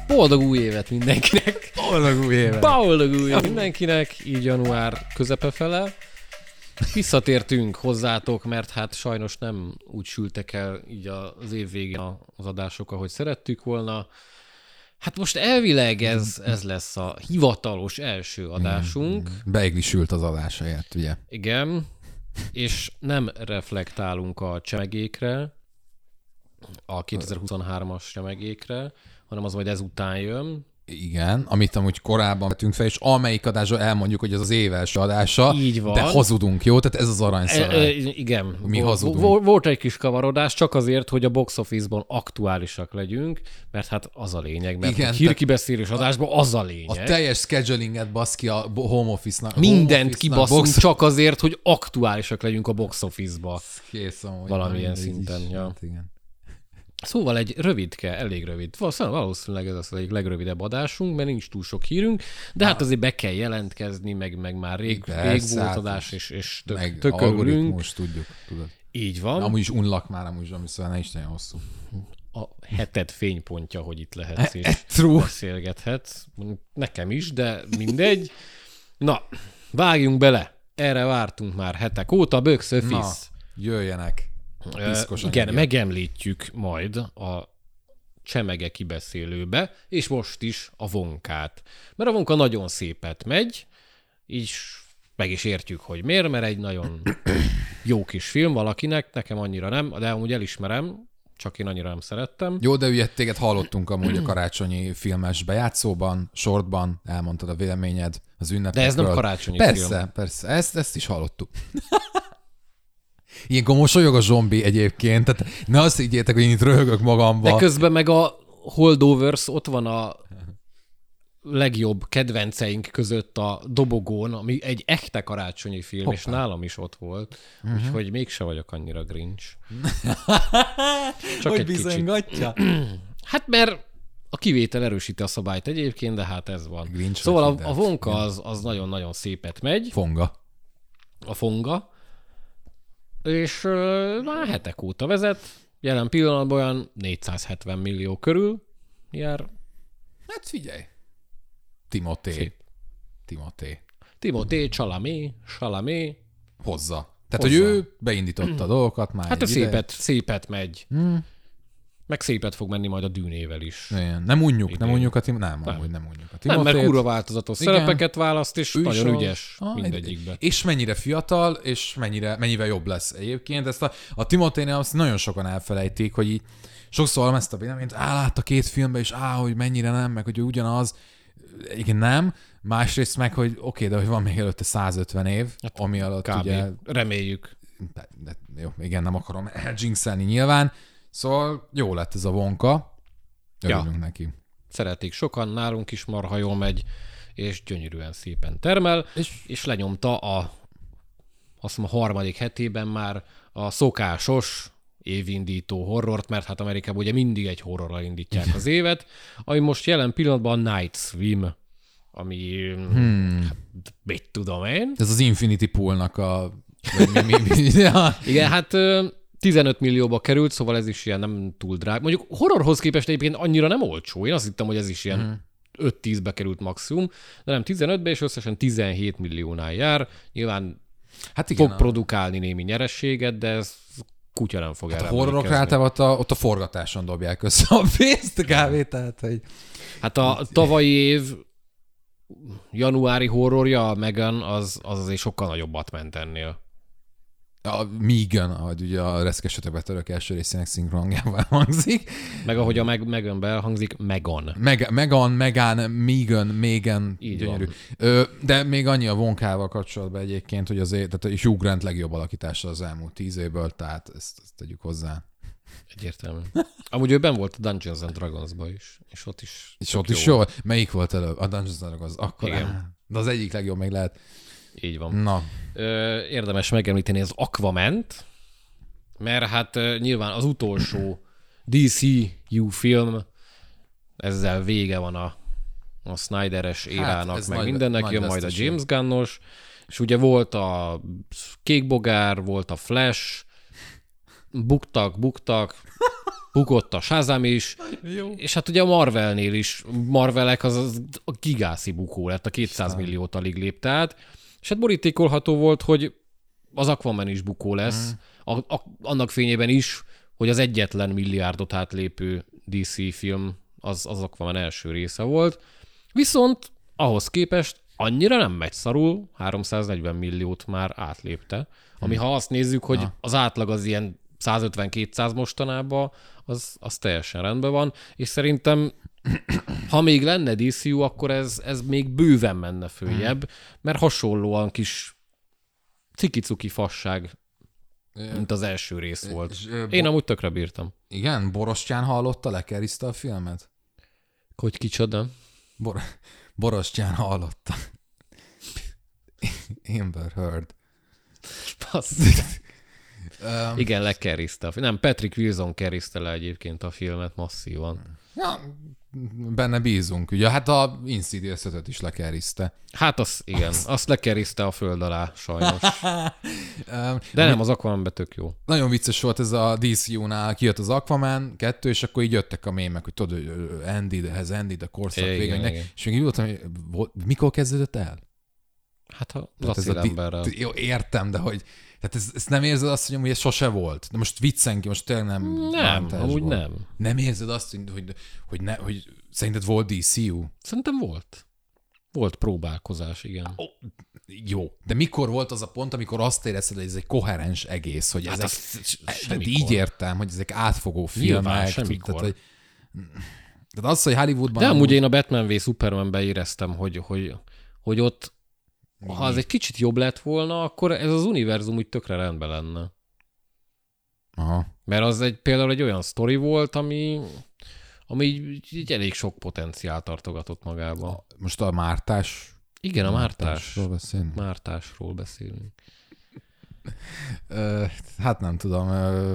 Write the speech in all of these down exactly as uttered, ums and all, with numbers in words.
Boldog új évet mindenkinek! Boldog új évet! Boldog új évet mindenkinek, így január közepe fele. Visszatértünk hozzátok, mert hát sajnos nem úgy sültek el így az év végén az adások, ahogy szerettük volna. Hát most elvileg ez, ez lesz a hivatalos első adásunk. Beigli sült az adás helyett, ugye? Igen, és nem reflektálunk a csemegékre, a kétezer-huszonhármas csemegékre, hanem az majd ezután jön. Igen, amit amúgy korábban vettünk fel, és amelyik adásra elmondjuk, hogy ez az év első adása, így van. De hazudunk, jó? Tehát ez az aranyszabály. E, e, igen. Mi Vol- hazudunk. Vol- volt egy kis kavarodás, csak azért, hogy a box office-ban aktuálisak legyünk, mert hát az a lényeg, mert igen, a hírkibeszélés adásban az a lényeg. A teljes schedulinget baszki a home office-nak. Mindent kibaszunk box... csak azért, hogy aktuálisak legyünk a box office-ba. Kész, amúgy valamilyen szinten. Ja. Hát igen. Szóval egy rövidke, elég rövid. Valószínűleg ez az egyik legrövidebb adásunk, mert nincs túl sok hírünk, de hát azért be kell jelentkezni, meg, meg már rég, rég volt adás, és, és tök, meg tök örülünk. Most tudjuk, tudod. Így van. Amúgy is unlak már, amúgy, ami szóval ne is nagyon hosszú. A heted fénypontja, hogy itt lehetsz és True. beszélgethetsz. Nekem is, de mindegy. Na, vágjunk bele. Erre vártunk már hetek óta. Box Office. Na, jöjjenek. Uh, igen, megemlítjük majd a csemege kibeszélőbe, és most is a Wonkát. Mert a Wonka nagyon szépet megy, így meg is értjük, hogy miért, mert egy nagyon jó kis film valakinek, nekem annyira nem, de amúgy elismerem, csak én annyira nem szerettem. Jó, de ugye téged hallottunk amúgy a karácsonyi filmes bejátszóban, shortban, elmondtad a véleményed az ünnepekről. De ez nem karácsonyi persze, film. Persze, persze, ezt, ezt is hallottuk. Ilyenkor mosolyog a zombi egyébként, tehát ne azt higgyétek, hogy én itt röhögök magamba. De közben meg a Holdovers ott van a legjobb kedvenceink között a dobogón, ami egy echte karácsonyi film, hoppá. És nálam is ott volt, uh-huh. Úgyhogy mégse vagyok annyira Grinch. Csak hogy egy bizonygatja? Hát mert a kivétel erősíti a szabályt egyébként, de hát ez van. Grinch szóval a, a Wonka az, az nagyon-nagyon szépet megy. Fonga. A Fonga. És uh, már hetek óta vezet, jelen pillanatban olyan négyszázhetven millió körül jár. Hát figyelj. Timothée. Szép. Timothée. Timothée, Chalamet, Chalamet. Hozza. Tehát, Hozza. Hogy ő beindította a dolgokat már. Hát a szépet, szépet megy. Hmm. Meg szépet fog menni majd a Dűnével is. Igen. Nem unjuk, idén. nem unjuk a Tim... Nem, nem. Amúgy nem unjuk a Timothée. Nem, mert kurva változatos igen. szerepeket választ, és ő nagyon ügyes a... mindegyikben. És mennyire fiatal, és mennyire, mennyivel jobb lesz egyébként. Ezt a, a Timothénél azt nagyon sokan elfelejtik, hogy így sokszor hallom ezt a véleményt, á, látta két filmben, és á, hogy mennyire nem, meg hogy ugyanaz. Igen, nem. Másrészt meg, hogy oké, okay, de hogy van még előtte százötven év, hát, ami alatt kb. Ugye... Reméljük. De, de, jó, igen, nem akarom eldzsinxelni nyilván. Szóval jó lett ez a Wonka. Örülünk ja. neki. Szeretik sokan, nálunk is marha jól megy, és gyönyörűen szépen termel, és, és lenyomta a, azt mondom, a harmadik hetében már a szokásos évindító horrort, mert hát Amerikában ugye mindig egy horrorral indítják az évet, ami most jelen pillanatban a Night Swim, ami, hmm. hát, mit tudom én. Ez az Infinity Poolnak a... mi, mi, mi, mi, ja. Igen, hát tizenöt millióba került, szóval ez is ilyen nem túl drága. Mondjuk horrorhoz képest egyébként annyira nem olcsó. Én azt hittem, hogy ez is ilyen hmm. öt-tízbe került maximum, de nem tizenötbe, és összesen tizenhét milliónál jár. Nyilván hát igen, fog a... produkálni némi nyerességet, de ez kutya nem fog hát erre a horrorokra általában ott a, ott a forgatáson dobják össze a pénzt, kávé, tehát hogy... Hát a tavalyi év januári horrorja, a Megan, az, az azért sokkal nagyobbat ment ennél. A Megan, ahogy ugye a Reszkesetek betörök első részének szinkronjával hangzik. Meg ahogy a Meg- Meganbe hangzik, Megan. Meg- Megan, Megan, Megan, Megan, így gyönyörű. Ö, de még annyi a Wonkával kapcsolatban egyébként, hogy azért, tehát a Hugh Grant legjobb alakítása az elmúlt tíz évből, tehát ezt, ezt tegyük hozzá. Egyértelmű. Amúgy ő benn volt a Dungeons and Dragons-ba is, és ott is És ott is jó. Melyik volt előbb? A Dungeons and Dragons, akkor igen. De az egyik legjobb még lehet. Így van. Na. Ö, érdemes megemlíteni az Aquament, mert hát nyilván az utolsó dé cé u film, ezzel vége van a, a Snyderes érának, hát meg nagy, mindennek, nagy jön majd a James Gunnos, és ugye volt a Kékbogár, volt a Flash, buktak, buktak, bukott a Shazam is, Jó. és hát ugye a Marvelnél is, Marvelek az, az a gigászi bukó lett, a kétszáz milliót alig lépte át, és hát borítékolható volt, hogy az Aquaman is bukó lesz, mm. a, a, annak fényében is, hogy az egyetlen milliárdot átlépő dé cé film az, az Aquaman első része volt, viszont ahhoz képest annyira nem megy szarul, háromszáznegyven milliót már átlépte, ami hmm. ha azt nézzük, hogy ha. az átlag az ilyen százötven-kétszáz mostanában, az, az teljesen rendben van, és szerintem ha még lenne dé cé u, akkor ez, ez még bőven menne följebb, hmm. mert hasonlóan kis ciki-cuki fasság, mint az első rész volt. És, ö, Én bo- amúgy tökre bírtam. Igen? Borostyán hallotta, lekerizte a filmet? Hogy kicsoda? Bor- Borostyán hallotta. Amber Heard. um, Igen, lekerizte. Nem, Patrick Wilson kerizte le egyébként a filmet masszívan. Ja, benne bízunk. Ugye, hát a Insidious ötöt is lekerizte. Hát az, igen, azt, azt lekerizte a föld alá, sajnos. De nem, az Aquaman tök jó. Nagyon vicces volt ez a dé cé u-nál, kijött az Aquaman kettő, és akkor így jöttek a mémek, hogy tudod, Andy-hez Andy, de korszak végén. És még így voltam, hogy mikor kezdődött el? Hát a acélemberrel. Di- jó, értem, de hogy tehát ez, ezt nem érzed azt, hogy ez sose volt? De most viccen ki, most tényleg nem... Nem, amúgy volt. nem. Nem érzed azt, hogy, hogy, hogy, ne, hogy szerinted volt dé cé u? Szerintem volt. Volt próbálkozás, igen. Oh, jó, de mikor volt az a pont, amikor azt érezted, hogy ez egy koherens egész, hogy hát ezek... Így értem, hogy ezek átfogó filmek. Semmikor. Tehát, hogy, tehát az, hogy Hollywoodban... De amúgy én a Batman v Supermanben éreztem, hogy, hogy, hogy ott ha az egy kicsit jobb lett volna, akkor ez az univerzum úgy tökre rendben lenne. Aha. Mert az egy, például egy olyan sztori volt, ami, ami így, így elég sok potenciál tartogatott magába. Most a Mártás? Igen, a Mártás. Mártásról beszélünk. Mártásról beszélünk. Hát nem tudom.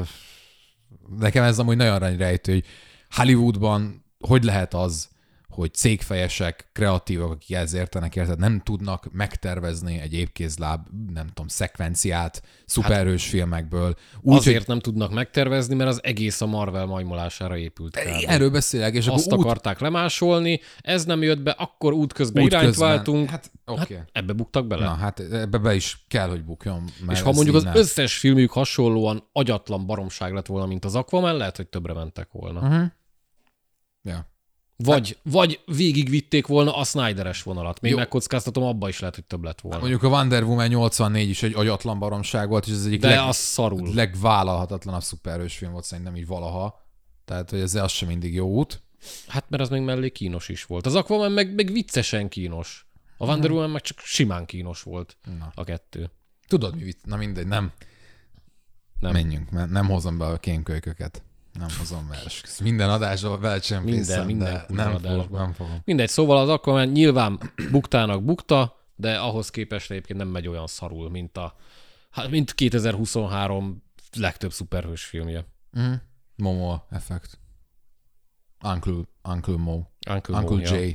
Nekem ez amúgy nagyon arányrejtő, hogy Hollywoodban hogy lehet az, hogy cégfejesek, kreatívak, akik ezzel értenek, érted, nem tudnak megtervezni egy épkézláb, nem tudom, szekvenciát szupererős hát filmekből. Úgy, azért hogy... nem tudnak megtervezni, mert az egész a Marvel majmolására épült. Kb. Erről beszélek. És azt akkor akarták út... lemásolni, ez nem jött be, akkor útközben út irányt közben. váltunk. Hát, okay. hát ebbe buktak bele. Na, hát ebbe be is kell, hogy bukjon. És ha mondjuk az nem. összes filmjük hasonlóan agyatlan baromság lett volna, mint az Aquaman, lehet, hogy többre mentek volna. Uh-huh. Ja. Vagy, hát, vagy végigvitték volna a Snyderes vonalat. Még jó. megkockáztatom, abba is lehet, hogy több lett volna. Mondjuk a Wonder Woman nyolcvannégy is egy agyatlan baromság volt, és ez egyik De leg, az szarul. legvállalhatatlanabb szupererős film volt szerintem így valaha. Tehát, hogy ez az sem mindig jó út. Hát, mert az még mellé kínos is volt. Az Aquaman meg, meg viccesen kínos. A Wonder Woman meg csak simán kínos volt. Na. A kettő. Tudod mi vicc? Na mindegy, nem. nem. Menjünk, mert nem hozom be a kémkölyköket. Nem hozom be. Minden adásban belecsempészem, minden, minden nem, fogom, nem fogom. Mindegy, szóval az Aquaman nyilván buktának bukta, de ahhoz képest egyébként nem megy olyan szarul, mint a mint kétezer-huszonhárom legtöbb szuperhős filmje. Mm. Momo effekt. Uncle, Uncle Mo. Uncle, Uncle Mo, J. Ja.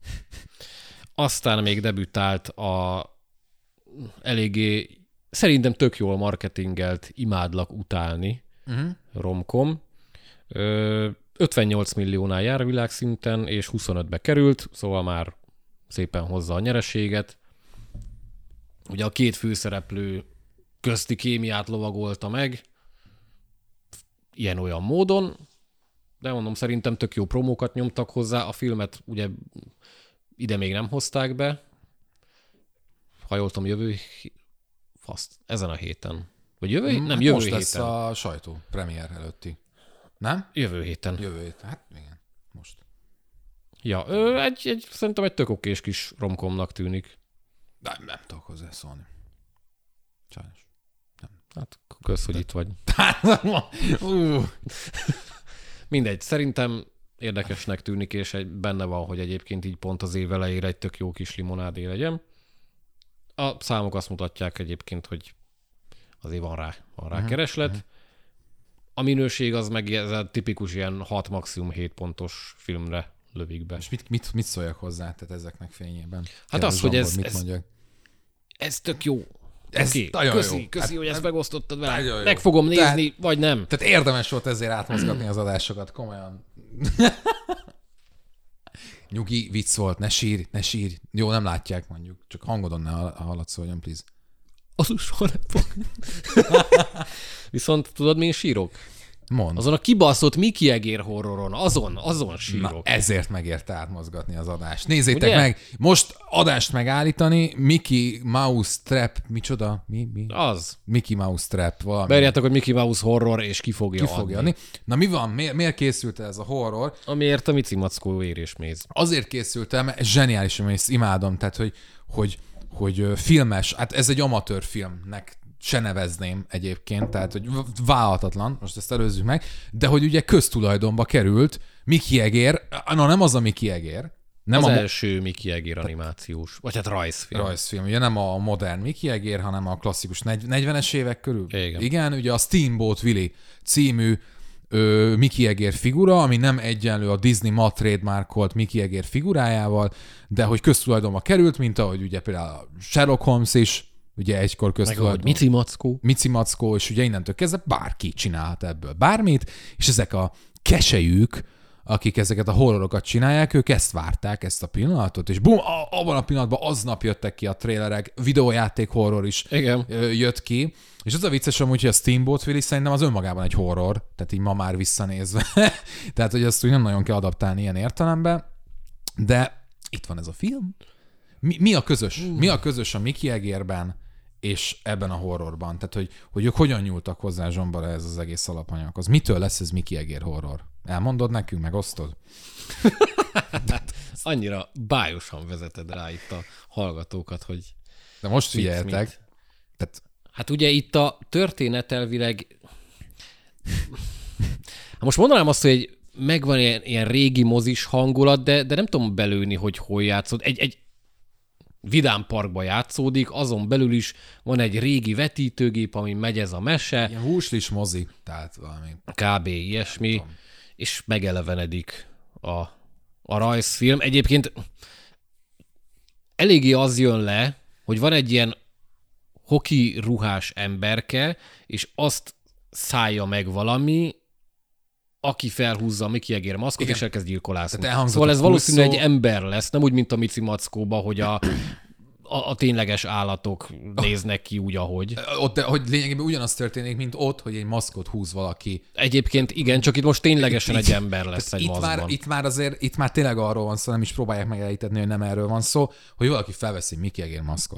Aztán még debütált a eléggé szerintem tök jól marketingelt Imádlak utálni uh-huh. romkom. ötvennyolc milliónál jár világszinten, és huszonötbe került, szóval már szépen hozza a nyereséget. Ugye a két főszereplő közti kémiát lovagolta meg, ilyen-olyan módon, de mondom, szerintem tök jó promókat nyomtak hozzá. A filmet ugye ide még nem hozták be. Ha jól tudom, jövő faszt, ezen a héten. Vagy jövő héten? Nem, jövő Most héten. lesz a sajtó premier előtti. Nem? Jövő héten. Jövő héten, hát igen, most. Ja, ő egy, egy, szerintem egy tök okés kis romkomnak tűnik. Nem, nem tudok hozzá szólni. Sajnos. Nem. Hát kösz, hogy itt vagy. Mindegy, szerintem érdekesnek tűnik, és egy, benne van, hogy egyébként így pont az év elejére egy tök jó kis limonádé legyen. A számok azt mutatják egyébként, hogy azért van rá, van rá uh-huh. kereslet. Uh-huh. A minőség az meg ez a tipikus ilyen hat maximum hét pontos filmre lövik be. És mit, mit, mit szóljak hozzá, tehát ezeknek fényében? Hát az, hogy ez, ez, ez tök jó. Ez okay. nagyon köszi, jó. Köszi, hát, hogy ezt megosztottad velem. Meg jó. fogom nézni, tehát, vagy nem. Tehát érdemes volt ezért átmozgatni az adásokat, komolyan. Nyugi, vicc volt, ne sírj, ne sírj. Jó, nem látják mondjuk, csak hangodon ne hallatszoljon, please. Az úgy soha nem fog. Viszont tudod, mi sírok? Mond. Azon a kibaszott Mickey Egér horroron, azon, azon sírok. Na, ezért megért átmozgatni az adást. Nézzétek Ugye? meg, most adást megállítani, Mickey Mouse Trap, micsoda? Mi? mi? Az. Mickey Mouse Trap, valami. Beírjátok, hogy Mickey Mouse horror, és ki fogja, Ki fogja adni. adni. Na mi van? Miért, miért készült ez a horror? Amiért a Mici Mackó érésméz. Azért készültem, ez zseniális, amit ezt imádom, tehát hogy, hogy, hogy filmes, hát ez egy amatőr filmnek se nevezném egyébként, tehát hogy vállalhatatlan, most ezt előzzük meg, de hogy ugye köztulajdonba került Mickey Egér, na nem az a Mickey Egér, nem az a első Mickey Egér animációs, vagy hát rajzfilm. Rajzfilm, ugye nem a modern Mickey Egér, hanem a klasszikus negyvenes évek körül. Igen. Igen, ugye a Steamboat Willie című ö, Mickey Egér figura, ami nem egyenlő a Disney ma trademarkolt Mickey Egér figurájával, de hogy köztulajdonba került, mint ahogy ugye például a Sherlock Holmes is, ugye egykor köztulajdon. Meg Mici Mackó. Mici Mackó, és ugye innentől kezdve bárki csinálhat ebből bármit, és ezek a keselyük, akik ezeket a horrorokat csinálják, ők ezt várták, ezt a pillanatot, és bum, abban a pillanatban aznap jöttek ki a trélerek, videójáték horror is Igen. jött ki, és az a vicces amúgy, hogy a Steamboat Willie szerintem az önmagában egy horror, tehát így ma már visszanézve, tehát hogy azt úgy nem nagyon kell adaptálni ilyen értelemben, de itt van ez a film. Mi, mi a közös? Mm. Mi a közös a Mickey Egérben és ebben a horrorban? Tehát, hogy, hogy ők hogyan nyúltak hozzá Zsombara ez az egész alapanyaghoz? Mitől lesz ez Mickey Egér horror? Elmondod nekünk, megosztod? Annyira bájosan vezeted rá itt a hallgatókat, hogy... De most figyeltek. Tehát... Hát ugye itt a történet elvileg... Hát most mondanám azt, hogy megvan ilyen, ilyen régi mozis hangulat, de, de nem tudom belőni, hogy hol játszod. Egy, egy Vidám Parkba játszódik, azon belül is van egy régi vetítőgép, ami megy ez a mese. Ilyen húslis mozi, tehát valami. Kb. Ilyesmi, és megelevenedik a, a rajzfilm. Egyébként eléggé az jön le, hogy van egy ilyen hoki ruhás emberke, és azt szállja meg valami, aki felhúzza a Mickey Egér maszkot, igen, és elkezd gyilkolászni. Szóval ez valószínűleg egy ember lesz, nem úgy, mint a Mici Mackóba, hogy a, a, a tényleges állatok néznek ki úgy, ahogy. Ott, hogy lényegében ugyanaz történik, mint ott, hogy egy maszkot húz valaki. Egyébként igen, csak itt most ténylegesen itt, egy ember lesz egy itt maszkban. Már, itt már azért, itt már tényleg arról van szó, nem is próbálják megelítetni, hogy nem erről van szó, hogy valaki felveszi Mickey Egér maszkot.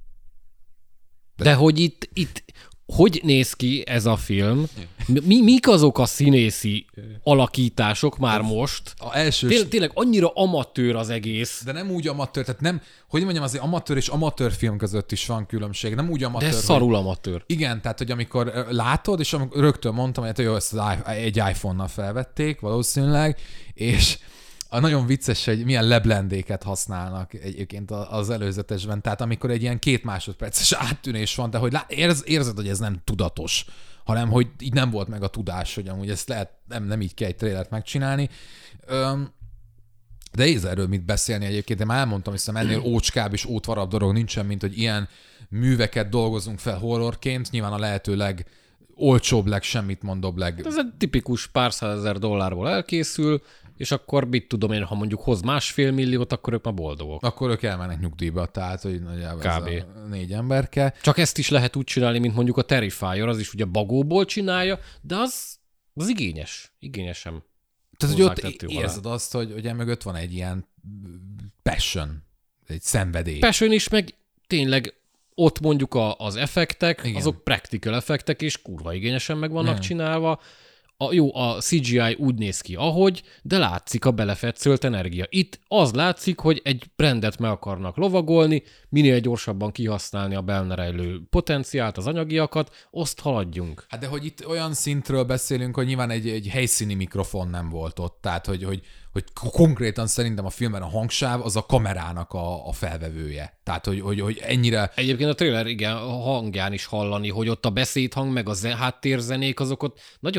De, De hogy itt, itt hogy néz ki ez a film? Mi, mik azok a színészi alakítások már most? A első... Té- tényleg annyira amatőr az egész. De nem úgy amatőr, tehát nem, hogy mondjam, azért amatőr és amatőrfilm között is van különbség. Nem úgy amatőr. De szarul hogy... amatőr. Igen, tehát hogy amikor látod, és amikor rögtön mondtam, hogy jó, ezt az egy iPhone-nal felvették valószínűleg, és a nagyon vicces, hogy milyen leblendéket használnak egyébként az előzetesben. Tehát amikor egy ilyen két másodperces áttűnés van, de hogy lá- érz, érzed, hogy ez nem tudatos, hanem hogy így nem volt meg a tudás, hogy amúgy ezt lehet, nem, nem így kell egy trailert megcsinálni. Öm, de ez erről mit beszélni egyébként, én már elmondtam, hiszem ennél ócskább és ótvarabb dolog nincsen, mint hogy ilyen műveket dolgozunk fel horrorként, nyilván a lehető leg olcsóbb, leg semmit mondóbb, leg... Ez egy tipikus pár százezer dollárból elkészül, és akkor mit tudom én, ha mondjuk hoz másfél milliót, akkor ők már boldogok. Akkor ők elmennek nyugdíjba, tehát hogy nagyjából Kb. Ez a négy emberke. Csak ezt is lehet úgy csinálni, mint mondjuk a Terrifier, az is ugye bagóból csinálja, de az, az igényes. Igényesen. Tehát, hogy ott érzed azt, hogy, hogy emögött van egy ilyen passion, egy szenvedély. Passion is, meg tényleg ott mondjuk a, az effektek, igen, azok practical effektek, és kurva igényesen meg vannak, igen, csinálva. A, jó, a cé gé í úgy néz ki, ahogy, de látszik a belefetszölt energia. Itt az látszik, hogy egy brandet meg akarnak lovagolni, minél gyorsabban kihasználni a benne rejlő potenciált, az anyagiakat, azt haladjunk. Hát de hogy itt olyan szintről beszélünk, hogy nyilván egy, egy helyszíni mikrofon nem volt ott, tehát hogy, hogy, hogy konkrétan szerintem a filmben a hangsáv az a kamerának a, a felvevője. Tehát, hogy, hogy, hogy ennyire... Egyébként a trailer, igen, a hangján is hallani, hogy ott a beszédhang, meg a ze- háttérzenék, azok ott nagyon nincs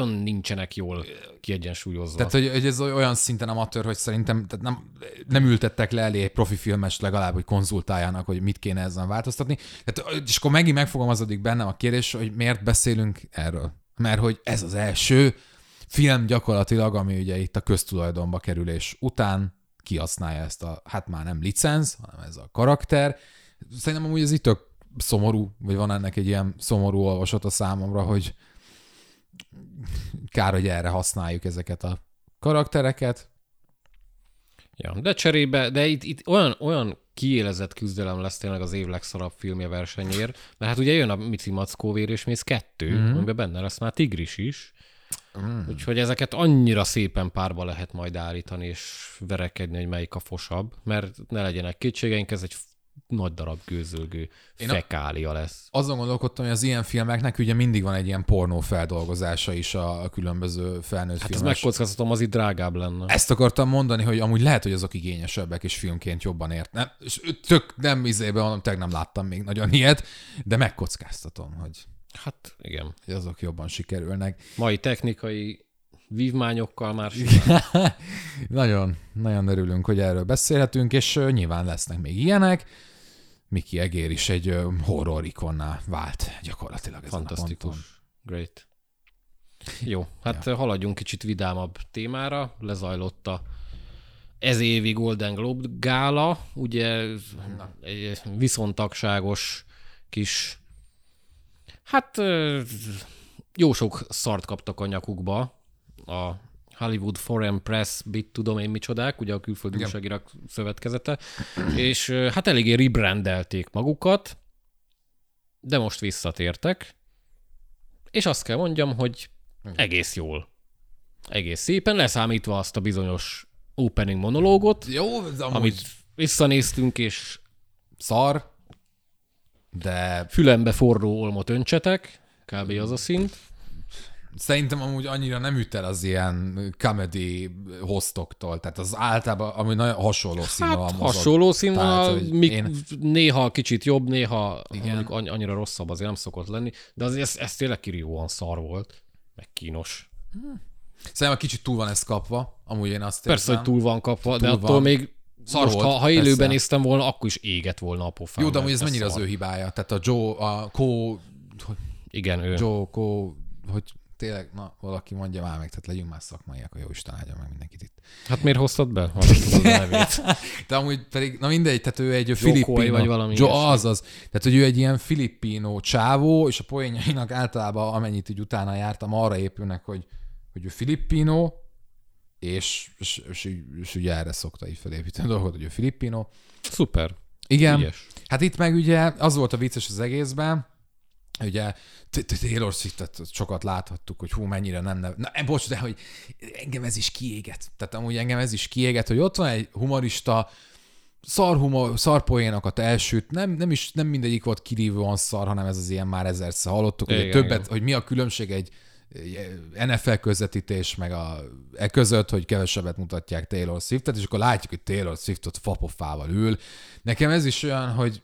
nincsenek jól kiegyensúlyozva. Tehát, hogy, hogy ez olyan szinten amatőr, hogy szerintem tehát nem, nem ültettek le elé egy profi filmes legalább, hogy konzultáljanak, hogy mit kéne ezen változtatni. Tehát, és akkor megint megfogalmazódik bennem a kérdés, hogy miért beszélünk erről. Mert hogy ez az első film gyakorlatilag, ami ugye itt a köztulajdonba kerülés után kihasználja ezt a, hát már nem licenc, hanem ez a karakter. Szerintem amúgy ez itt tök szomorú, vagy van ennek egy ilyen szomorú olvasata számomra, hogy kár, hogy erre használjuk ezeket a karaktereket. Ja, de cserébe, de itt, itt olyan, olyan kiélezett küzdelem lesz tényleg az év legszarabb filmje versenyért, mert hát ugye jön a Mici Mackó Vér és Mész kettő, mm-hmm. amiben benne lesz már Tigris is, mm. úgyhogy ezeket annyira szépen párba lehet majd állítani, és verekedni, hogy melyik a fosabb, mert ne legyenek kétségeink, ez egy nagy darab gőzölgő Én fekália lesz. Azon gondolkodtam, hogy az ilyen filmeknek ugye mindig van egy ilyen pornó feldolgozása is a, a különböző felnőtt hát filmes. Hát ezt megkockáztatom, az itt drágább lenne. Ezt akartam mondani, hogy amúgy lehet, hogy azok igényesebbek és filmként jobban ért. Nem, és tök nem izében mondom, tényleg nem láttam még nagyon ilyet, de megkockáztatom, hogy, hát igen. hogy azok jobban sikerülnek. Mai technikai vívmányokkal már nagyon, nagyon örülünk, hogy erről beszélhetünk, és uh, nyilván lesznek még ilyenek. Miki Egér is egy uh, horror ikonná vált gyakorlatilag ezen fantasztikus. a ponton. Great. Jó, hát ja. haladjunk kicsit vidámabb témára. Lezajlott a ez évi Golden Globe gála, ugye Na. egy viszontagságos kis, hát jó sok szart kaptak a nyakukba a Hollywood Foreign Press, bit tudom én micsodák, ugye a külföldi újságírók szövetkezete, és hát eléggé rebrandelték magukat, de most visszatértek, és azt kell mondjam, hogy egész jól. Egész szépen, leszámítva azt a bizonyos opening monológot, jó, amit visszanéztünk, és szar, de fülembe forró olmot öntsetek, kb. Az a szint. Szerintem amúgy annyira nem üt el az ilyen comedy hostoktól, tehát az általában, ami nagyon hasonló színvonal hát, mozog. hasonló színvonal, én... néha kicsit jobb, néha annyira rosszabb azért nem szokott lenni, de azért ez, ez tényleg kirívóan szar volt, meg kínos. Hmm. Szerintem kicsit túl van ez kapva, amúgy én azt érzem. Persze, hogy túl van kapva, túl de attól van. még szar most, volt, ha, ha élőben néztem volna, akkor is égett volna a pofám. Jó, de amúgy ez mennyire szar. Az ő hibája? Tehát a Joe, a Ko... Igen, ő. Joe, Ko... Hogy tényleg, na, valaki mondja már meg, tehát legyünk már szakmaiak, a jó Isten áldja meg mindenkit itt. Hát miért hoztad be? Tudod a nevét. De amúgy pedig, na mindegy, tehát ő egy filippino. vagy valami Joe, az az. Tehát, hogy ő egy ilyen filippino csávó, és a poénjainak általában, amennyit így utána jártam, arra épülnek, hogy, hogy ő filippino, és, és, és, és ugye erre szokta így felépíteni a dolgot, hogy ő filippino. Szuper. Igen. Ügyes. Hát itt meg ugye az volt a vicces az egészben, ugye Taylor Swift-et sokat láthattuk, hogy hú, mennyire nem nev... Na, bocs, de hogy engem ez is kiéget. Tehát amúgy engem ez is kiéget, hogy ott van egy humorista, szar humor, szarpoénokat elsüt, nem, nem is nem mindegyik volt kirívóan szar, hanem ez az ilyen már ezerszer hallottuk, hogy többet, igen. Hogy mi a különbség egy en ef el közvetítés meg a e között, hogy kevesebbet mutatják Taylor Swiftet, és akkor látjuk, hogy Taylor Swift ott fapofával ül. Nekem ez is olyan, hogy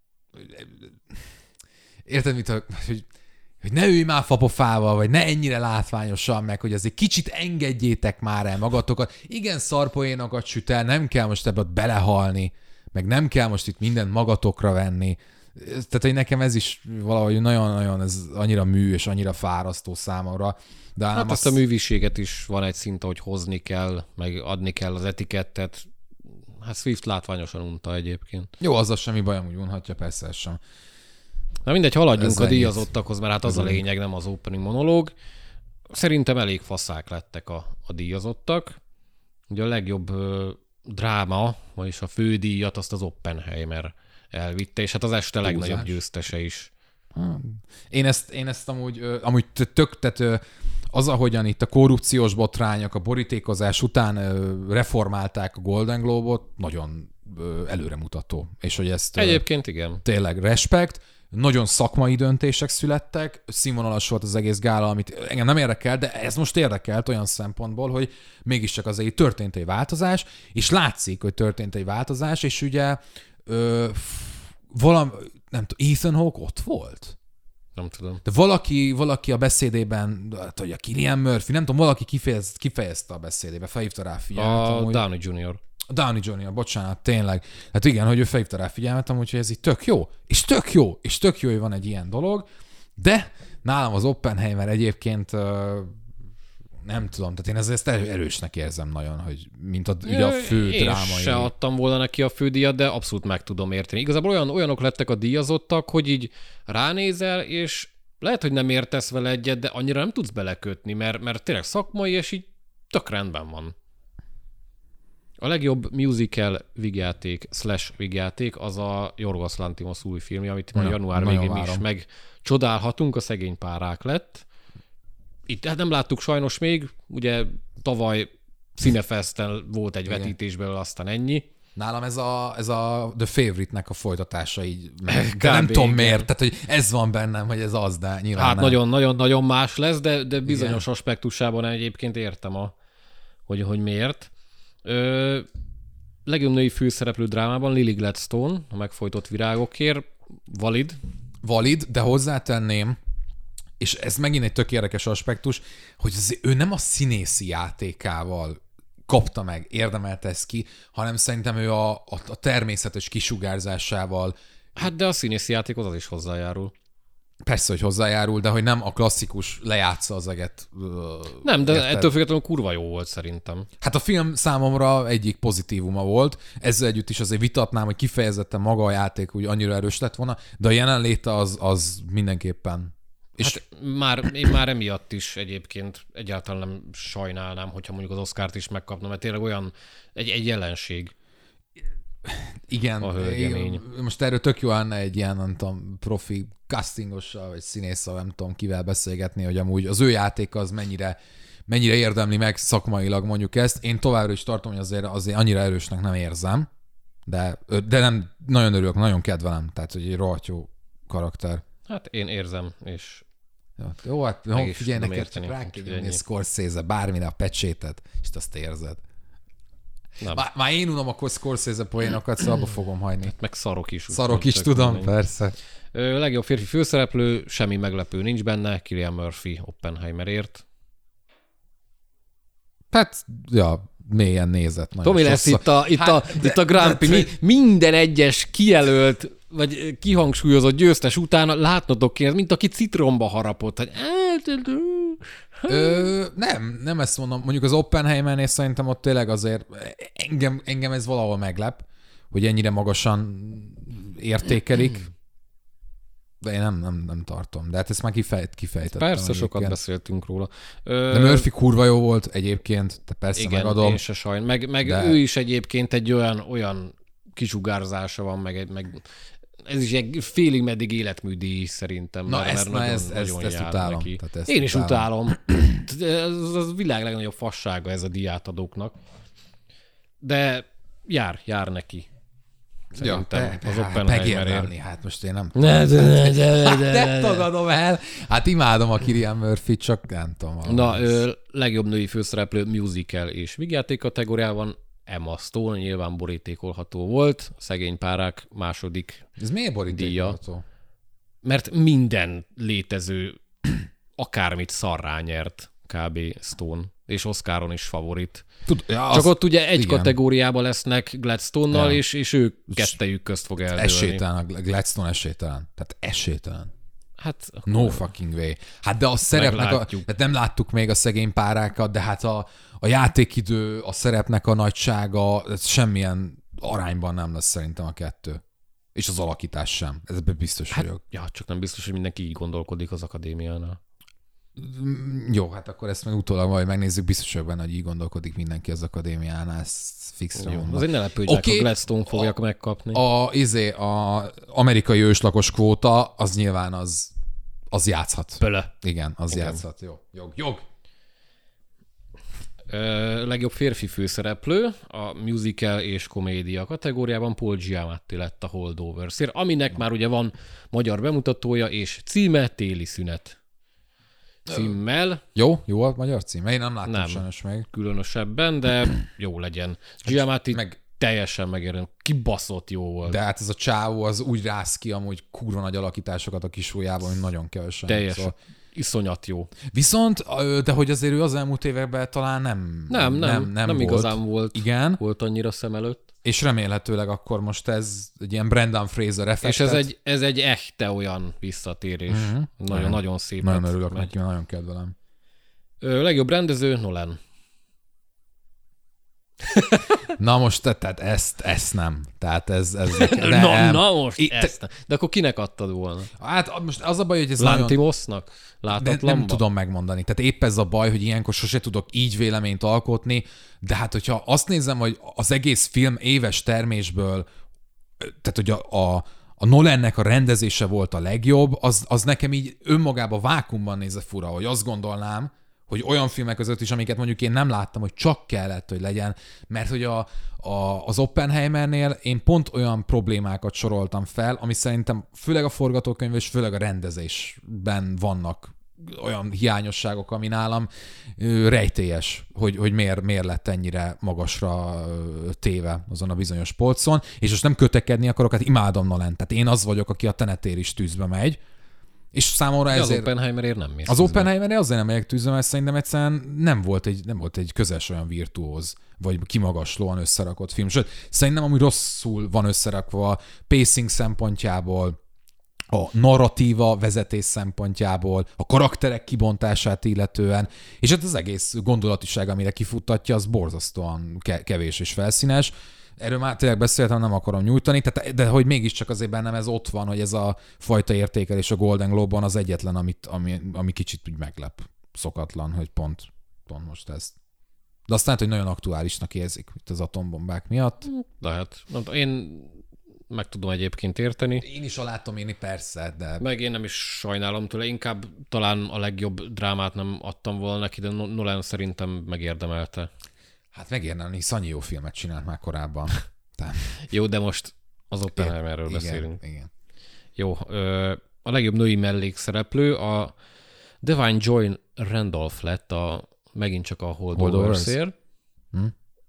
érted, mit, hogy, hogy ne ülj már fapofával, vagy ne ennyire látványosan meg, hogy azért kicsit engedjétek már el magatokat. Igen, szarpoénokat süt el, nem kell most ebbe belehalni, meg nem kell most itt mindent magatokra venni. Tehát, hogy nekem ez is valahogy nagyon-nagyon ez annyira mű és annyira fárasztó számomra. De hát azt... azt a műviséget is van egy szint, hogy hozni kell, meg adni kell az etikettet. Hát Swift látványosan unta egyébként. Jó, az az semmi bajom, úgy unhatja, persze ez sem. Na mindegy, haladjunk ezzel a díjazottakhoz, mert hát az a lényeg, nem az opening monológ. Szerintem elég faszák lettek a, a díjazottak. Ugye a legjobb ö, dráma, vagyis a fődíjat azt az Oppenheimer elvitte, és hát az este Túlzás. legnagyobb győztese is. Én ezt, én ezt amúgy, ö, amúgy tök, tehát ö, az, ahogyan itt a korrupciós botrányok, a borítékozás után ö, reformálták a Golden Globe-ot, nagyon ö, előremutató. És hogy ezt... Egyébként igen. Tényleg respekt. Nagyon szakmai döntések születtek, színvonalas volt az egész gála, amit engem nem érdekel, de ez most érdekelt olyan szempontból, hogy mégiscsak azért történt egy változás, és látszik, hogy történt egy változás, és ugye ö, valami, nem tudom, Ethan Hawke ott volt? Nem tudom. De valaki, valaki a beszédében, hát, hogy a Cillian Murphy, nem tudom, valaki kifejez, kifejezte a beszédébe, felhívta rá figyelmet. A amúgy. Downey junior Downey junior, bocsánat, tényleg. Hát igen, hogy ő felhívta rá figyelmet, amúgy, hogy ez így tök jó. És tök jó, és tök jó, hogy van egy ilyen dolog, de nálam az Oppenheimer egyébként nem tudom, tehát én ezt erősnek érzem nagyon, hogy mint a, ugye a fő én drámai. Én se adtam volna neki a fődíjat, de abszolút meg tudom érteni. Igazából olyan, olyanok lettek a díjazottak, hogy így ránézel, és lehet, hogy nem értesz vele egyet, de annyira nem tudsz belekötni, mert, mert tényleg szakmai, és így tök rendben van. A legjobb musical vígjáték slash vígjáték az a Yorgos Lanthimos új filmje, amit majd január végén is megcsodálhatunk, a Szegény párák lett. Itt hát nem láttuk sajnos még, ugye tavaly Cinefesten volt egy vetítésből, aztán ennyi. Nálam ez a, ez a The Favorite-nek a folytatása így, meg, de nem tudom miért, tehát hogy ez van bennem, hogy ez az, de nyilván Hát nem. nagyon-nagyon-nagyon más lesz, de, de bizonyos igen. aspektusában egyébként értem, a, hogy, hogy miért. Ö, legjobb női főszereplő drámában Lily Gladstone, a Megfojtott virágokért, valid. Valid, de hozzátenném, és ez megint egy tök érdekes aspektus, hogy az, ő nem a színészi játékával kapta meg, érdemelte ezt ki, hanem szerintem ő a, a, a természetes kisugárzásával. Hát de a színészi játékhoz az is hozzájárul. Persze, hogy hozzájárul, de hogy nem a klasszikus lejátsza az eget. Nem, de érted? Ettől függetlenül kurva jó volt szerintem. Hát a film számomra egyik pozitívuma volt. Ezzel együtt is azért vitatnám, hogy kifejezetten maga a játék úgy annyira erős lett volna, de a jelenléte az, az mindenképpen. És hát már, én már emiatt is egyébként egyáltalán nem sajnálnám, hogyha mondjuk az Oscárt is megkapna, mert tényleg olyan egy, egy jelenség. Igen, a hölgyemény. Most erről tök jó lenne egy ilyen, nem tudom, profi castingossal, vagy színésszel, nem tudom kivel beszélgetni, hogy amúgy az ő játéka az mennyire, mennyire érdemli meg szakmailag mondjuk ezt. Én továbbra is tartom, hogy azért, azért annyira erősnek nem érzem, de, de nem, nagyon örülök, nagyon kedvelem, tehát hogy egy rohadt jó karakter. Hát én érzem, és jó, jó hát jó, figyelj neked, csak rá kell jönni Scorsese, bármire a pecsétet, és azt érzed. Már, már én unom a Scorsese poénokat, szóval abba fogom hagyni. Hát meg szarok is. Szarok is, tudom, minden. Persze. Ö, legjobb férfi főszereplő, semmi meglepő nincs benne, Cillian Murphy Oppenheimerért. Hát, ja, mélyen nézett. Tomi lesz itt a, itt, hát, a, de, itt a Grand Prix. Mi, minden egyes kijelölt, vagy kihangsúlyozott győztes utána látnotok kéne, mint aki citromba harapott. Hogy... Ö, nem, nem ezt mondom. Mondjuk az Oppenheimernél szerintem ott tényleg azért engem, engem ez valahol meglep, hogy ennyire magasan értékelik. De én nem, nem, nem tartom. De hát ezt már kifejt, kifejtettem. Persze, egyébként. sokat beszéltünk róla. Ö... De Murphy kurva jó volt egyébként, de persze igen, megadom. én se sajn. Meg, meg de... ő is egyébként egy olyan, olyan kisugárzása van, meg, egy, meg ez is egy félig meddig életműdíj szerintem. Na mert, ezt, mert na nagyon, ezt, nagyon ezt, ezt utálom. Ezt én is utálom. Ez a világ legnagyobb fassága ez a díjátadóknak. De jár, jár neki. Szerintem ja, az Oppenheimerért. Hát most én nem... Ne, de, de, de, de, de, tagadom el. Hát imádom a Cillian Murphy, csak nem tudom. Na, ö, legjobb női főszereplő musical és vígjáték kategóriában Emma Stone nyilván borítékolható volt. A Szegény párák második Ez miért borítékolható? Díja, mert minden létező akármit szarrá nyert kb. Stone, és Oscaron is favorit. Tud, ja, Csak az, ott ugye egy igen. kategóriában lesznek Gladstone-nal, ja. és, és ők kettejük közt fog eldőlni. Esélytelen, Gladstone esélytelen. Tehát esélytelen. Hát, no fucking way. Hát de a szerepnek, a, hát nem láttuk még a Szegény párákat, de hát a, a játékidő, a szerepnek a nagysága, ez semmilyen arányban nem lesz szerintem a kettő. És az alakítás sem. Ezben biztos hát, vagyok. Ja, csak nem biztos, hogy mindenki így gondolkodik az akadémiánál. Jó, hát akkor ezt meg utólag majd megnézzük, biztos vagyok benne, hogy így gondolkodik mindenki az akadémiánál, ezt fixre mondom. Azért ne lepődjek, okay. ha Gladstone fogják a, megkapni. A, izé, a amerikai őslakos kvóta, az nyilván az, az játszhat. Pöle. Igen, az Igen. játszhat. Jó. Jog. Jog. Ö, legjobb férfi főszereplő a musical és komédia kategóriában Paul Giamatti lett a Holdovers-ért, aminek már ugye van magyar bemutatója és címe Téli szünet. Címmel. Jó, jó a magyar cím. Én nem láttam nem, sajnos meg. különösebben, de jó legyen. Giamatti meg teljesen megérem. Kibaszott jó volt. De hát ez a csávó az úgy rász ki amúgy kurva nagy alakításokat a kisújában, hogy nagyon kevesen. Teljesen. Szóval... Iszonyat jó. Viszont, de hogy azért ő az elmúlt években talán nem Nem, nem, nem, nem, nem volt. igazán volt. Igen. Volt annyira szem előtt. És remélhetőleg akkor most ez egy ilyen Brendan Fraser effektet. És ez egy, ez egy echte olyan visszatérés. Mm-hmm. Nagyon, nagyon szép. Nagyon örülök megy. neki, nagyon kedvelem. Ö, legjobb rendező, Nolan. Na most, tehát ezt, ezt nem. Tehát ez... ez nem. Na, na most Itt, ezt nem. De akkor kinek adtad volna? Hát most az a baj, hogy ez Lantimosnak? De nem tudom megmondani. Tehát épp ez a baj, hogy ilyenkor sose tudok így véleményt alkotni, de hát hogyha azt nézem, hogy az egész film éves termésből, tehát hogy a, a, a Nolannek a rendezése volt a legjobb, az, az nekem így önmagában vákuumban nézve fura, hogy azt gondolnám, hogy olyan filmek között is, amiket mondjuk én nem láttam, hogy csak kellett, hogy legyen, mert hogy a, a, az Oppenheimernél én pont olyan problémákat soroltam fel, ami szerintem főleg a forgatókönyv és főleg a rendezésben vannak olyan hiányosságok, ami nálam ö, rejtélyes, hogy, hogy miért, miért lett ennyire magasra ö, téve azon a bizonyos polcon, és most nem kötekedni akarok, hát imádom Nolan, tehát én az vagyok, aki a Tenetér is tűzbe megy, és számomra ezért... Az Oppenheimerért nem mész. Az Oppenheimerért azért nem megyek tűzbe, mert szerintem egyszerűen nem volt egy, nem volt egy közös olyan virtuóz, vagy kimagaslóan összerakott film. Sőt, szerintem amúgy rosszul van összerakva a pacing szempontjából, a narratíva vezetés szempontjából, a karakterek kibontását illetően, és hát az egész gondolatiság, amire kifuttatja, az borzasztóan kevés és felszínes. Erről már tényleg beszéltem, nem akarom nyújtani, tehát, de hogy mégiscsak azért bennem ez ott van, hogy ez a fajta értékelés a Golden Globe-on az egyetlen, amit, ami, ami kicsit úgy meglep, szokatlan, hogy pont, pont most ez. De azt lehet, hogy nagyon aktuálisnak érzik itt az atombombák miatt. Lehet. Én meg tudom egyébként érteni. Én is alátom én persze, de... Meg én nem is sajnálom tőle, inkább talán a legjobb drámát nem adtam volna neki, de Nolan szerintem megérdemelte. Hát megérnem, Szanyi jó filmet csinált már korábban. Tehát... Jó, de most az Oppenheimerről igen, beszélünk. Igen. Jó, a legjobb női mellékszereplő a Divine Joy Randolph lett a, megint csak a Holdoversért. Hm?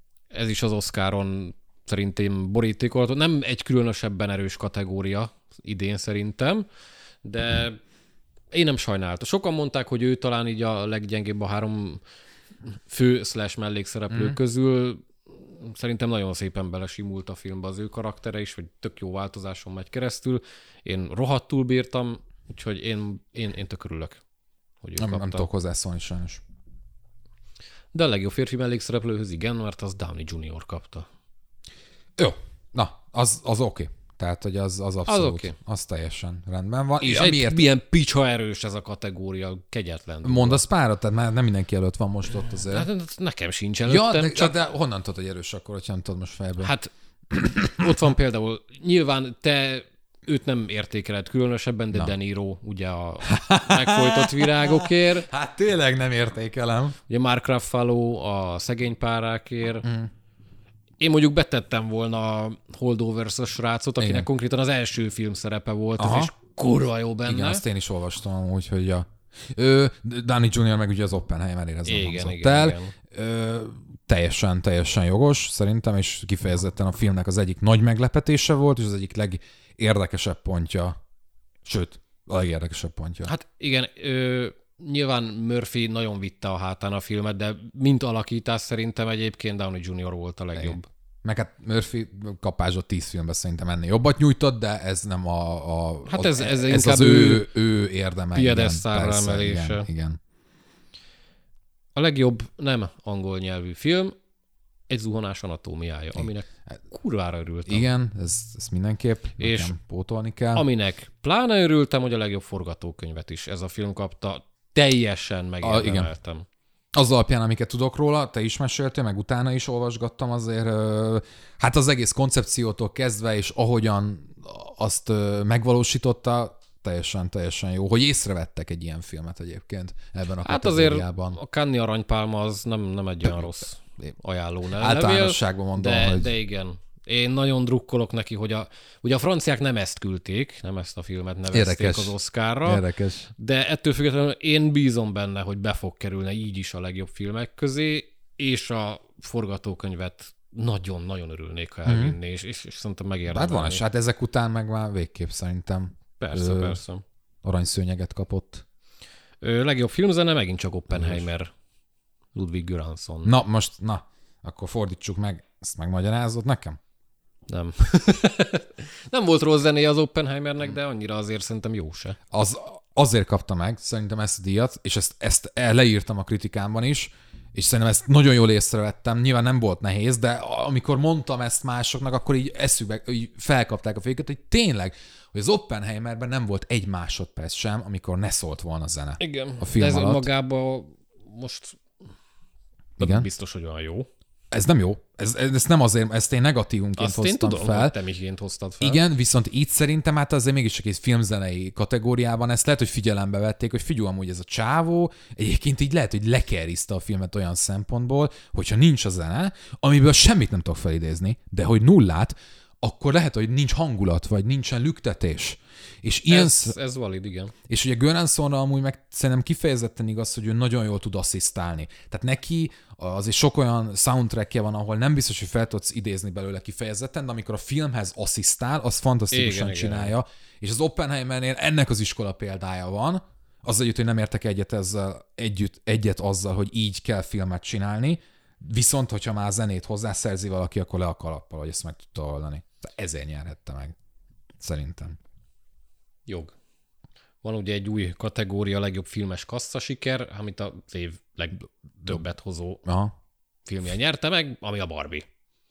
Ez is az Oscaron szerintem borítékolt. Nem egy különösebben erős kategória idén szerintem, de hm. én nem sajnáltam. Sokan mondták, hogy ő talán így a leggyengébb a három fő slash mellékszereplő mm. közül. Szerintem nagyon szépen belesimult a filmbe az ő karaktere is, hogy tök jó változáson megy keresztül. Én rohadtul bírtam, úgyhogy én, én, én tök örülök, hogy ő nem, kapta. Nem tudok hozzászólni sajnos. De a legjobb férfi mellékszereplőhöz igen, mert az Downey junior kapta. Jó, na, az, az oké. Okay. Tehát, hogy az, az abszolút, az, okay. az teljesen rendben van. És egy, miért... milyen picsa erős ez a kategória, kegyetlen. Mondasz párat? Tehát már nem mindenki előtt van most ott azért. Hát nekem sincs előttem. Ja, de, csak... de honnan tudod, hogy erős akkor, hogyha nem tudod most fejből? Hát ott van például, nyilván te őt nem értékeled különösebben, de Na. De Niro ugye a megfojtott virágokért. Hát tényleg nem értékelem. Ugye Mark Ruffalo a szegény párákért. Mm. Én mondjuk betettem volna a Holdovers-os srácot, akinek Igen. konkrétan az első film szerepe volt, ez is kurva jó benne. Igen, azt én is olvastam, úgyhogy ja. Ő, Downey junior meg ugye az Oppenheimer-ére ez igen, igen, el. Igen. Ö, teljesen, teljesen jogos szerintem, és kifejezetten a filmnek az egyik nagy meglepetése volt, és az egyik legérdekesebb pontja, sőt, a legérdekesebb pontja. Hát igen, ö, nyilván Murphy nagyon vitte a hátán a filmet, de mint alakítás szerintem egyébként Downey junior volt a legjobb. Igen. Meg hát Murphy kapászott tíz filmben szerintem ennél jobbat nyújtott, de ez nem a... a hát ez, ez, ez az ő, ő érdeme. Piedesztálra emelése. Igen, igen. A legjobb nem angol nyelvű film, Egy zuhanás anatómiája, aminek kurvára örültem. Igen, ez, ez mindenképp és pótolni kell. Aminek pláne örültem, hogy a legjobb forgatókönyvet is ez a film kapta. Teljesen megérdemeltem. Igen. Az alapján, amiket tudok róla, te is meséltél, meg utána is olvasgattam azért, hát az egész koncepciótól kezdve, és ahogyan azt megvalósította, teljesen, teljesen jó. Hogy észrevettek egy ilyen filmet egyébként ebben a hát kategóriában. Hát azért a Cannes-i Aranypálma az nem, nem egy olyan rossz ajánló levél. Általánosságban mondom, de, hogy... de igen. Én nagyon drukkolok neki, hogy a, ugye a franciák nem ezt küldték, nem ezt a filmet nevezték Érdekes. Az Oscarra. Érdekes. De ettől függetlenül én bízom benne, hogy be fog kerülni így is a legjobb filmek közé, és a forgatókönyvet nagyon-nagyon örülnék, ha elvinné, mm-hmm. és, és, és szerintem megérdemelni. Hát van, és hát ezek után meg már végképp szerintem. Persze, ö, persze. Aranyszőnyeget kapott. Ö, legjobb filmzene megint csak Oppenheimer, Ludwig Göransson. Na, most, na, akkor fordítsuk meg, ezt megmagyarázod nekem? Nem. Nem volt rossz zenéje az Oppenheimernek, de annyira azért szerintem jó se. Az azért kapta meg szerintem ezt a díjat, és ezt, ezt leírtam a kritikámban is, és szerintem ezt nagyon jól észrevettem. Nyilván nem volt nehéz, de amikor mondtam ezt másoknak, akkor így eszükbe, így felkapták a féket, hogy tényleg, hogy az Oppenheimerben nem volt egy másodperc sem, amikor ne szólt volna zene. Igen, a film de ez alatt. Magában most igen. Biztos, hogy olyan jó. Ez nem jó. Ez, ez nem azért, ezt én negatívunként azt hoztam én tudom, fel. Hogy te miként hoztad fel. Igen, viszont itt szerintem hát azért mégis csak egy filmzenei kategóriában ezt lehet, hogy figyelembe vették, hogy figyelj, amúgy ez a csávó, egyébként így lehet, hogy lekerizte a filmet olyan szempontból, hogyha nincs a zene, amiből semmit nem tudok felidézni, de hogy nullát, akkor lehet, hogy nincs hangulat, vagy nincsen lüktetés. És ilyen ez, sz... ez valid, igen. És ugye Göranssonra amúgy meg szerintem kifejezetten igaz, hogy ő nagyon jól tud asszisztálni. Tehát neki azért sok olyan soundtrackje van, ahol nem biztos, hogy fel tudsz idézni belőle kifejezetten, de amikor a filmhez asszisztál, az fantasztikusan igen, csinálja. Igen. És az Oppenheimernél ennek az iskola példája van, azzal együtt, hogy nem értek egyet, ezzel, együtt, egyet azzal, hogy így kell filmet csinálni, viszont, hogyha már zenét hozzászerzi valaki, akkor le a kalappal, hogy ezt meg tudta oldani. Ezért nyerhette meg. Szerintem. Jog. Van ugye egy új kategória, legjobb filmes kasszasiker, amit az év legtöbbet hozó Aha. filmje nyerte meg, ami a Barbie.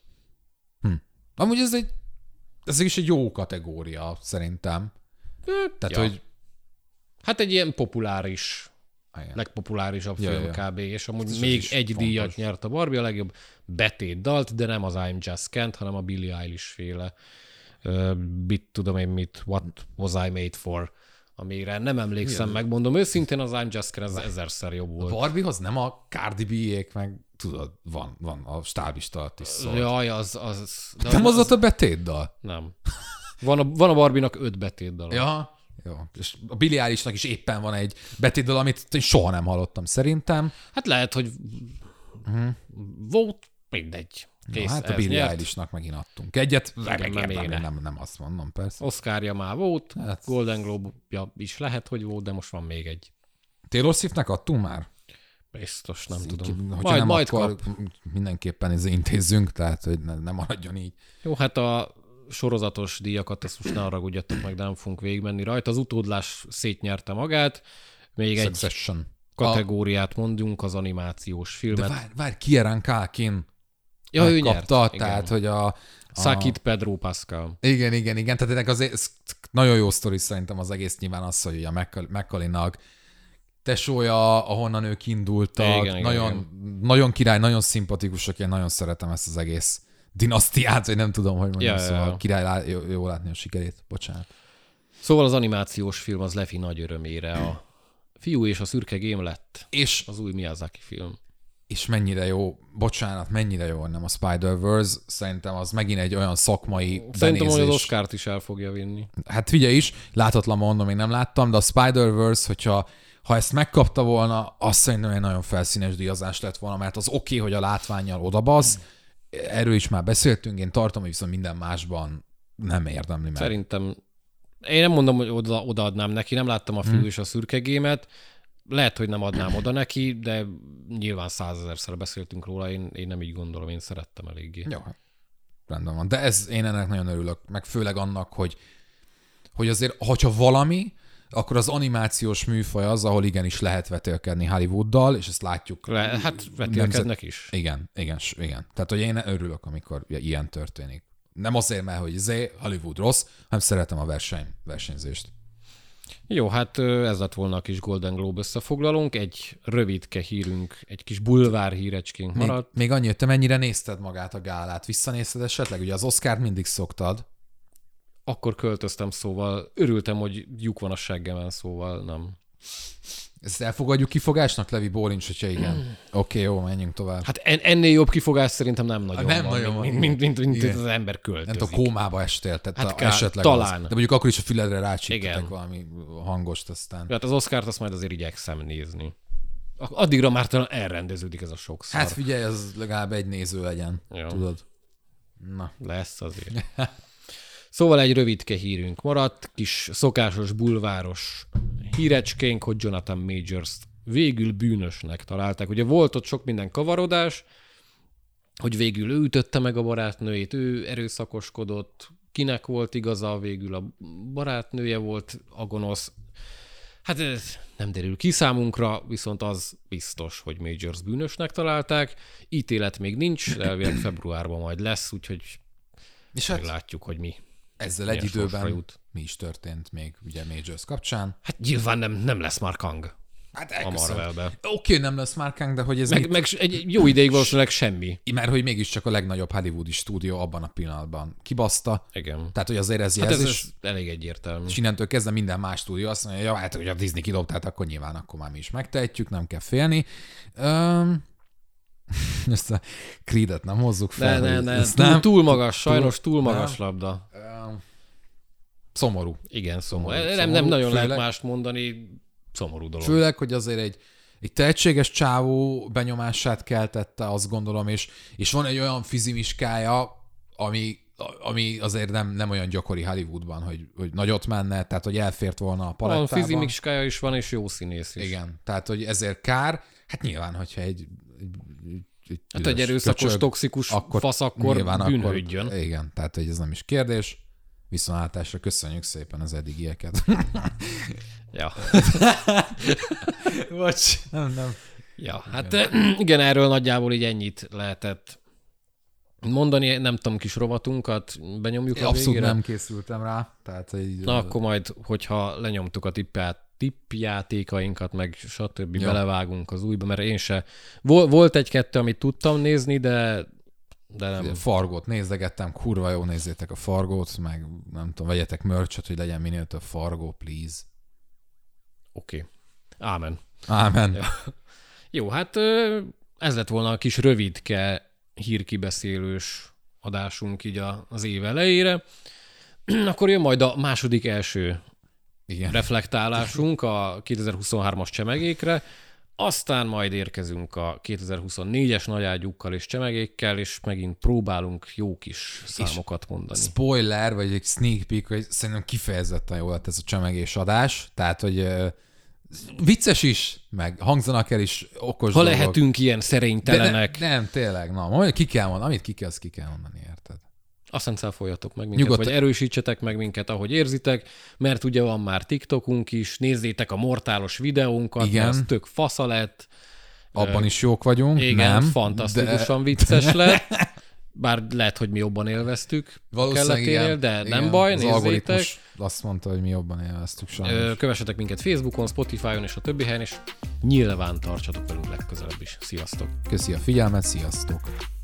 Hm. Amúgy ez egy, ez is egy jó kategória, szerintem. Tehát, ja. hogy... Hát egy ilyen populáris, igen. legpopulárisabb ja, film ja. kb. És amúgy ez még egy fontos. Díjat nyert a Barbie, a legjobb betétdalt, de nem az I'm Just Can't, hanem a Billie Eilish féle uh, bit tudom én mit, What Was I Made For, amire nem emlékszem, igen. megmondom őszintén, az I'm Just Can't ez ezerszer jobb volt. A Barbiehoz nem a Cardi B-ék, meg tudod, van, van a stábista alatt is szólt. Jaj, az... az de nem az ott a betétdal? Nem. Van a, van a Barbie-nak öt betétdal. Ja. Jó. És a Billie Eilishnak is éppen van egy betétdal, amit én soha nem hallottam szerintem. Hát lehet, hogy uh-huh. volt, mindegy. Kész, no, hát a Billie Eilishnak megint adtunk egyet. Igen, nem, nem, nem azt mondom, persze. Oscarja már volt, hát... Golden Globe-ja is lehet, hogy volt, de most van még egy. Taylor Swiftnek adtunk már? Biztos, nem Szint, tudom. Hogyha majd, nem, majd akkor kap. Mindenképpen ez intézzünk, tehát hogy ne, ne maradjon így. Jó, hát a sorozatos díjakat, ezt most ne haragudjatok meg, de nem fogunk végigmenni rajta. Az Utódlás szétnyerte magát. Még Succession. Egy kategóriát a... mondjunk, az animációs filmet. De várj, várj Kieran Culkin ja, ő kapta, nyert. Tehát, igen. hogy a... a... Sakit Pedro Pascal. Igen, igen, igen. Tehát ennek az nagyon jó sztori szerintem az egész nyilván az, hogy a Macaulay-nak tesója, ahonnan ők indultak. Igen, nagyon, igen. nagyon király, nagyon szimpatikusak, én nagyon szeretem ezt az egész dinasztiát, hogy nem tudom, hogy mondjam, ja, szóval ja. király lá, jó, jó látni a sikerét. Bocsánat. Szóval az animációs film az Lefi nagy örömére a Fiú és a szürke gém lett. És az új Miyazaki film. És mennyire jó, bocsánat, mennyire jó, nem a Spider-Verse, szerintem az megint egy olyan szakmai Szerintem, benézés. hogy az Oscart is el fogja vinni. Hát figyelj is, láthatatlan mondom, még nem láttam, de a Spider-Verse, hogyha ha ezt megkapta volna, azt szerintem egy nagyon felszínes díjazás lett volna, mert az oké, okay, hogy a látvánnyal odabasz, erről is már beszéltünk, én tartom, hogy viszont minden másban nem érdemli meg. Szerintem, én nem mondom, hogy oda, odaadnám neki, nem láttam a Fiú hmm. és a szürke gémet, lehet, hogy nem adnám oda neki, de nyilván százezerszer beszéltünk róla, én, én nem így gondolom, én szerettem eléggé. Jó, rendben van. De ez, én ennek nagyon örülök, meg főleg annak, hogy, hogy azért, hogyha valami, akkor az animációs műfaj az, ahol igenis lehet vetélkedni Hollywooddal, és ezt látjuk. Le, hát vetélkednek nemzet... is. Igen, igen, igen. Tehát, hogy én örülök, amikor ilyen történik. Nem azért, mert hogy zé, Hollywood rossz, hanem szeretem a verseny, versenyzést. Jó, hát ez lett volna a kis Golden Globe összefoglalónk, egy rövidke hírünk, egy kis bulvár hírecskénk maradt. Még, még annyi, hogy te mennyire nézted magát a gálát? Visszanézted esetleg? Ugye az Oscart mindig szoktad. Akkor költöztem, szóval örültem, hogy lyuk van a seggemen, szóval nem. Ezt elfogadjuk kifogásnak, Levi Bólincs, hogyha igen. Oké, okay, jó, menjünk tovább. Hát en, ennél jobb kifogás szerintem nem nagyon nem van, nagyon mint, mint, mint, mint, mint az ember költözik. Nem tudom, kómába estél, tehát hát a, kár, esetleg talán. Az. De mondjuk akkor is a füledre rácsíptetek valami hangost aztán. Hát az Oscart azt majd azért igyekszem nézni. Addigra már talán elrendeződik ez a sok szar. Hát figyelj, az legalább egy néző legyen, ja. Tudod. Na. Lesz azért. Szóval egy rövidke hírünk maradt, kis szokásos bulváros hírecskénk, hogy Jonathan Majors végül bűnösnek találták. Ugye volt ott sok minden kavarodás, hogy végül ő ütötte meg a barátnőjét, ő erőszakoskodott, kinek volt igaza, végül a barátnője volt a gonosz. Hát ez nem derül ki számunkra, viszont az biztos, hogy Majors bűnösnek találták. Ítélet még nincs, elvileg februárban majd lesz, úgyhogy és meglátjuk, hát hogy mi. Ezzel egy időben mi is történt még ugye Majors kapcsán. Hát nyilván nem, nem lesz már Kang. Hát a Marvelbe. Oké, okay, nem lesz már Kang, de hogy ez... Meg, mit... meg egy jó ideig valószínűleg semmi. Mert hogy mégiscsak a legnagyobb hollywoodi stúdió abban a pillanatban kibaszta. Igen. Tehát, hogy azért ez hát jelzés. Ez, ez elég egyértelmű. És innentől kezdve minden más stúdió azt mondja, ja, hát hogy a Disney kidobtát, akkor nyilván akkor már mi is megtehetjük, nem kell félni. Um... Ezt a Creed-et nem hozzuk fel. Ne, ne, ne. Túl, nem. túl magas, sajnos túl magas nem. labda. Um... Szomorú. Igen, szomorú. szomorú. Nem, nem nagyon főleg... lehet mást mondani. Szomorú dolog. Főleg, hogy azért egy, egy tehetséges csávó benyomását keltette, azt gondolom, és, és van egy olyan fizimiskája, ami, ami azért nem, nem olyan gyakori Hollywoodban, hogy, hogy nagyot menne, tehát hogy elfért volna a palettában. Van fizimiskája is van, és jó színész is. Igen, tehát hogy ezért kár. Hát nyilván, hogyha egy, egy, egy hát egy erőszakos, köcsög, toxikus akkor fasz, akkor bűnhődjön. Akkor, igen, tehát hogy ez nem is kérdés. Viszontlátásra köszönjük szépen az eddigieket. Ja. Bocs. Nem, nem. Ja, hát igen. igen, erről nagyjából így ennyit lehetett mondani. Nem tudom, kis rovatunkat benyomjuk Én a abszolút végére. nem készültem rá. Tehát, így, Na, akkor majd, hogyha lenyomtuk a tippját, tippjátékainkat, meg stb. Ja. Belevágunk az újba, mert én se... Volt egy-kettő, amit tudtam nézni, de de nem. Fargót nézdegettem, kurva jó, nézzétek a Fargót, meg nem tudom, vegyetek merch-et, hogy legyen minél több Fargó, please. Oké. Okay. Ámen. Ámen. Ja. Jó, hát ez lett volna a kis rövidke hírkibeszélős adásunk így az év elejére. Akkor jön majd a második első Igen. reflektálásunk a kétezer-huszonhármas csemegékre. Aztán majd érkezünk a kétezer-huszonnégyes nagyágyúkkal és csemegékkel, és megint próbálunk jó kis számokat mondani. Spoiler, vagy egy sneak peek, hogy szerintem kifejezetten jó lett ez a csemegés adás. Tehát, hogy uh, vicces is, meg hangzanak el is okos Ha dolgok. lehetünk ilyen szerénytelenek. Ne, nem, tényleg, na, majd ki kell mondani, amit ki kell, azt ki kell mondani, érted? Aztán cáfoljatok meg minket, Nyugodt... vagy erősítsetek meg minket, ahogy érzitek, mert ugye van már TikTokunk is, nézzétek a mortálos videónkat, Igen. mert az tök fasza lett. Abban is jók vagyunk, igen, nem? fantasztikusan de... vicces lett. Bár lehet, hogy mi jobban élveztük kelleténél, de igen, nem baj, az nézzétek. Azt mondta, hogy mi jobban élveztük sajnos. Kövessetek minket Facebookon, Spotify-on és a többi helyen, és nyilván tartsatok velünk legközelebb is. Sziasztok! Köszi a figyelmet, sziasztok!